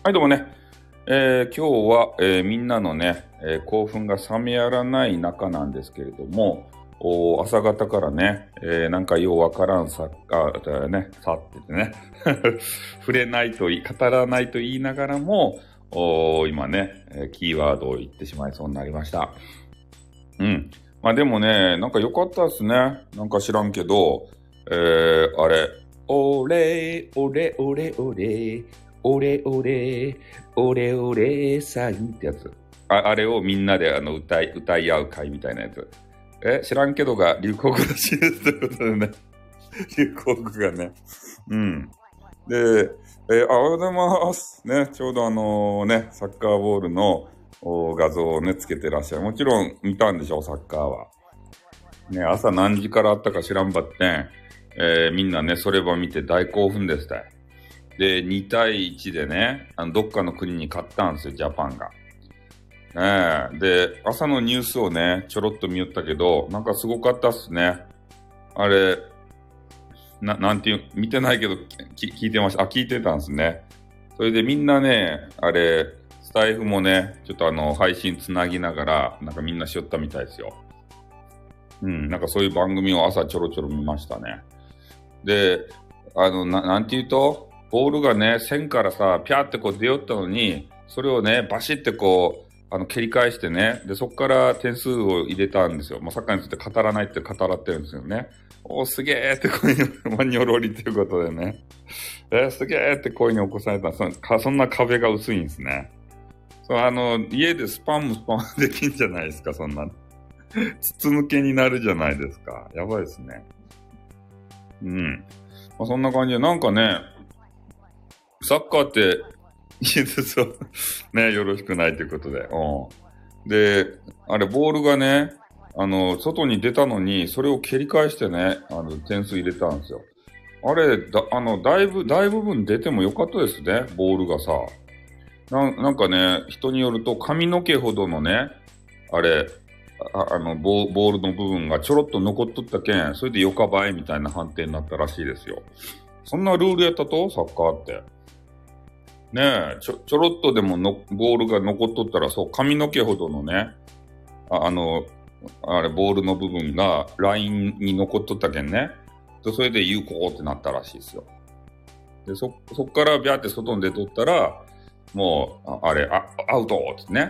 はい、どうもね。今日は、みんなのね、興奮が冷めやらない中なんですけれども、朝方からね、なんかようわからんさってね、触れないと語らないと言いながらも、今ね、キーワードを言ってしまいそうになりました。うん。まあでもね、なんか良かったですね。なんか知らんけど、あれ、オレ、オレ、オレ、オレ、オレ、オレ、オレ、オレ、サインってやつ。あれをみんなで歌い合う会みたいなやつ。知らんけどが流行語らしいです。ということでね。流行語がね。うん。で、おはようございます。ね、ちょうどサッカーボールの画像をね、つけてらっしゃる。もちろん見たんでしょ、サッカーは。ね、朝何時からあったか知らんばってん、みんなね、それば見て大興奮でしたよ。で、2対1でね、どっかの国に勝ったんですよ、ジャパンが。で、朝のニュースをね、ちょろっと見よったけど、なんかすごかったっすね。あれ、なんていう、見てないけど、聞いてました。聞いてたんですね。それでみんなね、あれ、スタイフもね、ちょっと配信つなぎながら、なんかみんなしよったみたいですよ。なんかそういう番組を朝ちょろちょろ見ましたね。で、なんていうと、ボールがね、線からさ、ピャーってこう出よったのに、それをね、バシってこう、蹴り返してね、で、そこから点数を入れたんですよ。サッカーについて語らないって語らってるんですよね。すげーって声に、マニョロリということでね。すげーって声に起こされたそんな壁が薄いんですね。家でスパンできんじゃないですか、そんな。筒抜けになるじゃないですか。やばいですね。そんな感じで、なんかね、サッカーって、ね、よろしくないということで。で、あれ、ボールがね、外に出たのに、それを蹴り返してね、点数入れたんですよ。あれ、大部分出てもよかったですね、ボールがさ。なんかね、人によると髪の毛ほどのね、あれ、ボールの部分がちょろっと残っとったけん、それでよかばえみたいな判定になったらしいですよ。そんなルールやったとサッカーって。ねえ、ちょろっとでもボールが残っとったら、そう、髪の毛ほどのね、あれ、ボールの部分がラインに残っとったけんね。それで有効ってなったらしいですよ。で、そっからビャーって外に出とったら、もう、アウトってね。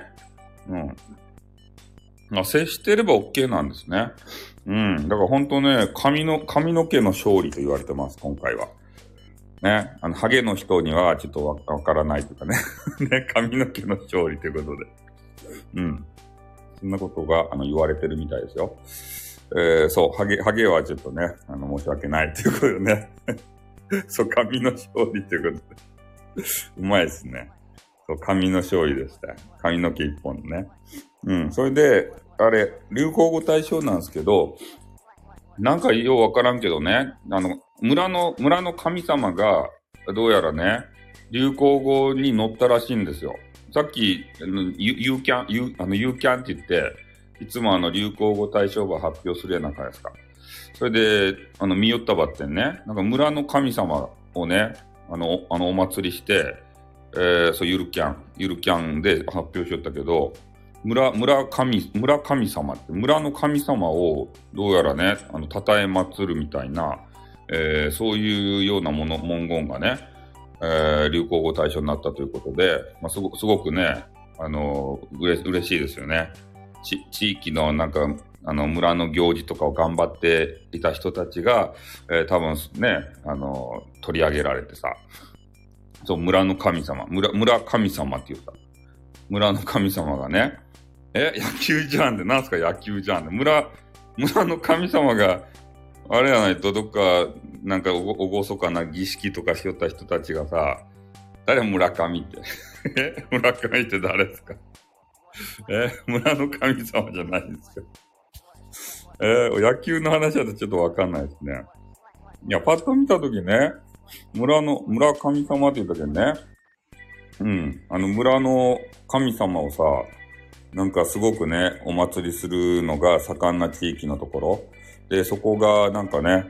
接してれば OK なんですね。だから本当ね、髪の毛の勝利と言われてます、今回は。ね、ハゲの人にはちょっとわからないというかね。ね、髪の毛の勝利ということで。そんなことが、言われてるみたいですよ。そう、ハゲはちょっとね、申し訳ないということでね。そう、髪の勝利ということで。うまいですね。そう、髪の勝利でした。髪の毛一本ね。それで、あれ、流行語大賞なんですけど、なんかようわからんけどね、村の神様が、どうやらね、流行語に載ったらしいんですよ。さっき、ユーキャンって言って、いつも流行語大賞が発表するやなんかですか。それで、見よったばってんね、なんか村の神様をね、お祭りして、そう、ゆるキャンで発表しよったけど、村神様って、村の神様をどうやらね、称え祭るみたいな、そういうような文言がね、流行語大賞になったということで、すごくね、嬉しいですよね。地域のなんか、村の行事とかを頑張っていた人たちが、多分ね、取り上げられてさ、そう、村の神様、村神様って言った。村の神様がね、野球じゃんって、なんすか野球じゃんって。村の神様が、あれやないと、どっか、なんかおごそかな儀式とかしよった人たちがさ、誰村上って。村上って誰ですか？村の神様じゃないんですよ。野球の話だとちょっとわかんないですね。いや、パッと見たときね、村神様って言ったけどね、村の神様をさ、なんかすごくね、お祭りするのが盛んな地域のところ。で、そこがなんかね、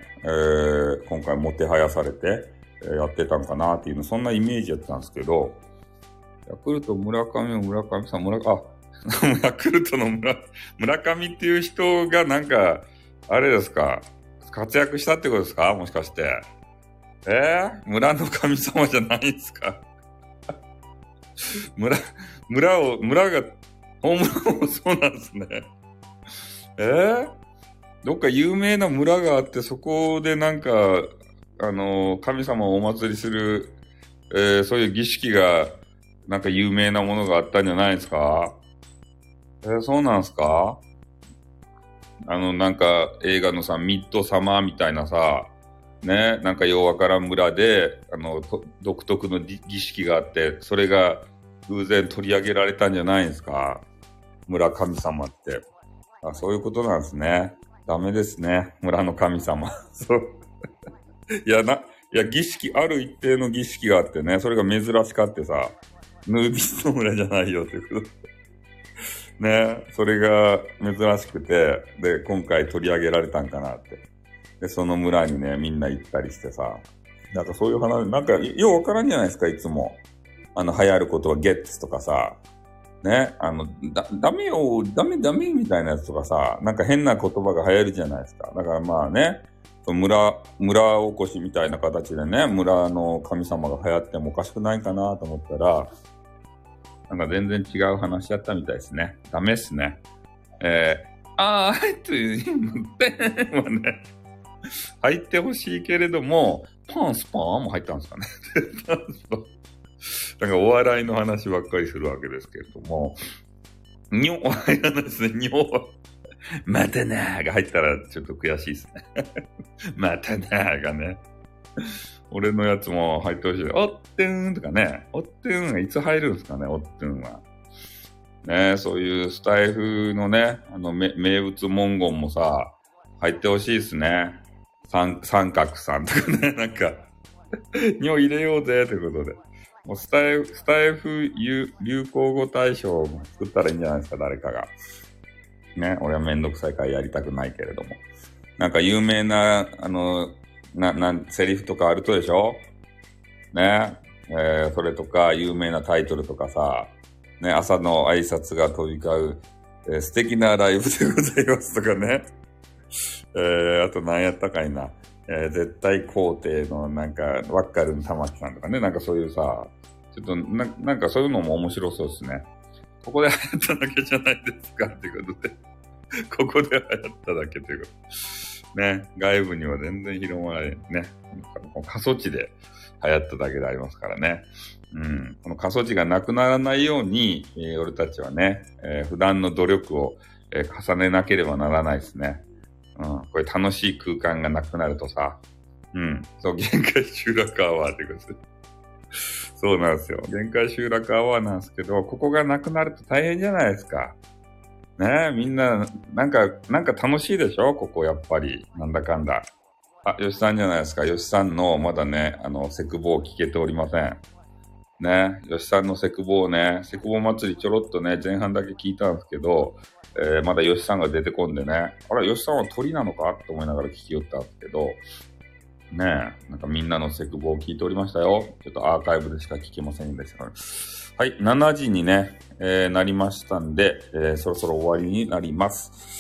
今回もてはやされて、やってたんかなっていうの、そんなイメージやったんですけど、 ヤクルト村上さん、ヤクルトの村上っていう人がなんか、あれですか、活躍したってことですかもしかして。村の神様じゃないんですか村が、ホームランもそうなんですね。どっか有名な村があって、そこでなんか、神様をお祭りする、そういう儀式が、なんか有名なものがあったんじゃないですか？そうなんですか？なんか映画のさ、ミッドサマーみたいなさ、ね、なんかようわからん村で、独特の儀式があって、それが偶然取り上げられたんじゃないですか？村神様って。そういうことなんですね。ダメですね。村の神様。そう。いや、ある一定の儀式があってね、それが珍しかってさ、ヌービスの村じゃないよっていうこと。ね、それが珍しくて、で、今回取り上げられたんかなって。で、その村にね、みんな行ったりしてさ、なんかそういう話、なんか、ようわからんじゃないですか、いつも。流行ることはゲッツとかさ、ね、ダメよ、ダメみたいなやつとかさ、なんか変な言葉が流行るじゃないですか。だからまあね、村おこしみたいな形でね、村の神様が流行ってもおかしくないかなと思ったら、なんか全然違う話だったみたいですね。ダメっすね。入ってほしいけれども、パンスパーンも入ったんですかね。なんかお笑いの話ばっかりするわけですけれども、入らないですね、またなーが入ったらちょっと悔しいですね。またなーがね。俺のやつも入ってほしい。おってーんとかね。おってーんがいつ入るんですかね、おってーんは。ね、そういうスタイフのね、名物文言もさ、入ってほしいですね。三角さんとかね、なんか、にを入れようぜ、ということで。もうスタイフ流行語大賞を作ったらいいんじゃないですか、誰かが。ね、俺はめんどくさいからやりたくないけれども。なんか有名な、セリフとかあるとでしょね、それとか有名なタイトルとかさ、ね、朝の挨拶が飛び交う、素敵なライブでございますとかね。あと何やったかいな。絶対肯定のなんか、ワッカルの玉木さんとかね、なんかそういうさ、ちょっとなんかそういうのも面白そうですね。ここで流行っただけじゃないですかっていうことで。ここで流行っただけということ。ね、外部には全然広まらないね。過疎地で流行っただけでありますからね。この過疎地がなくならないように、俺たちはね、普段の努力を、重ねなければならないですね。これ楽しい空間がなくなるとさ、そう、限界集落アワーってことで。そうなんですよ。限界集落アワーなんですけど、ここがなくなると大変じゃないですか。ねえ、みんな、なんか楽しいでしょここやっぱり。なんだかんだ。吉さんじゃないですか。吉さんの、まだね、セクボー聞けておりません。ね、吉さんのセクボー祭りちょろっとね、前半だけ聞いたんですけど、まだ吉さんが出てこんでね、あれ、吉さんは鳥なのかと思いながら聞きよったんですけど、ねえ、なんかみんなのセクボを聞いておりましたよ。ちょっとアーカイブでしか聞けませんでしたから。はい、7時にね、なりましたんで、そろそろ終わりになります。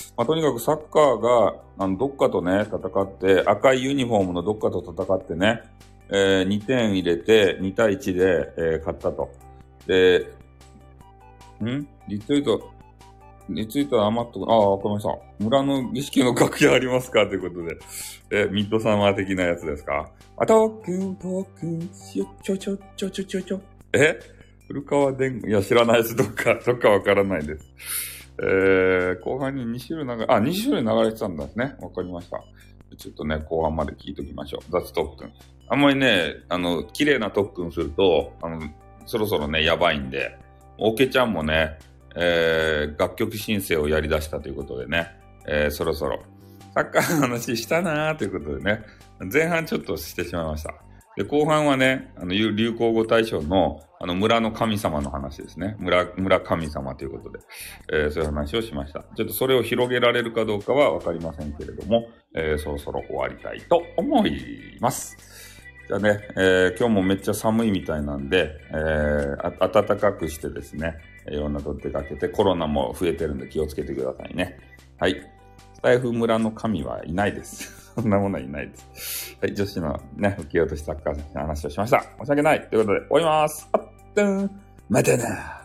まあ、とにかくサッカーが、どっかとね、戦って、赤いユニフォームのどっかと戦ってね、2点入れて、2対1で、勝ったと。で、リツイートは余っとく、わかりました。村の儀式の楽屋ありますかということで。ミッドサマー的なやつですか？トークン、ちょ。古川伝言、いや、知らないです。どっかわからないです。後半に2種類2種類流れてたんですね。わかりました。ちょっとね、後半まで聞いときましょう。雑特訓。あんまりね、綺麗な特訓すると、そろそろね、やばいんで、オーケちゃんもね、楽曲申請をやり出したということでね、そろそろサッカーの話したなーということでね、前半ちょっとしてしまいました。で、後半はね、流行語大賞の、村の神様の話ですね。村神様ということで、そういう話をしました。ちょっとそれを広げられるかどうかはわかりませんけれども、そろそろ終わりたいと思います。 じゃあね、今日もめっちゃ寒いみたいなんで、暖かくしてですね、いろんなとこ出かけて、コロナも増えてるんで気をつけてくださいね。はい。スタイフ村の神はいないです。そんなものはいないです。はい、女子のね、受け落としサッカーの話をしました。申し訳ない。ということで、終わります。あっ、またな。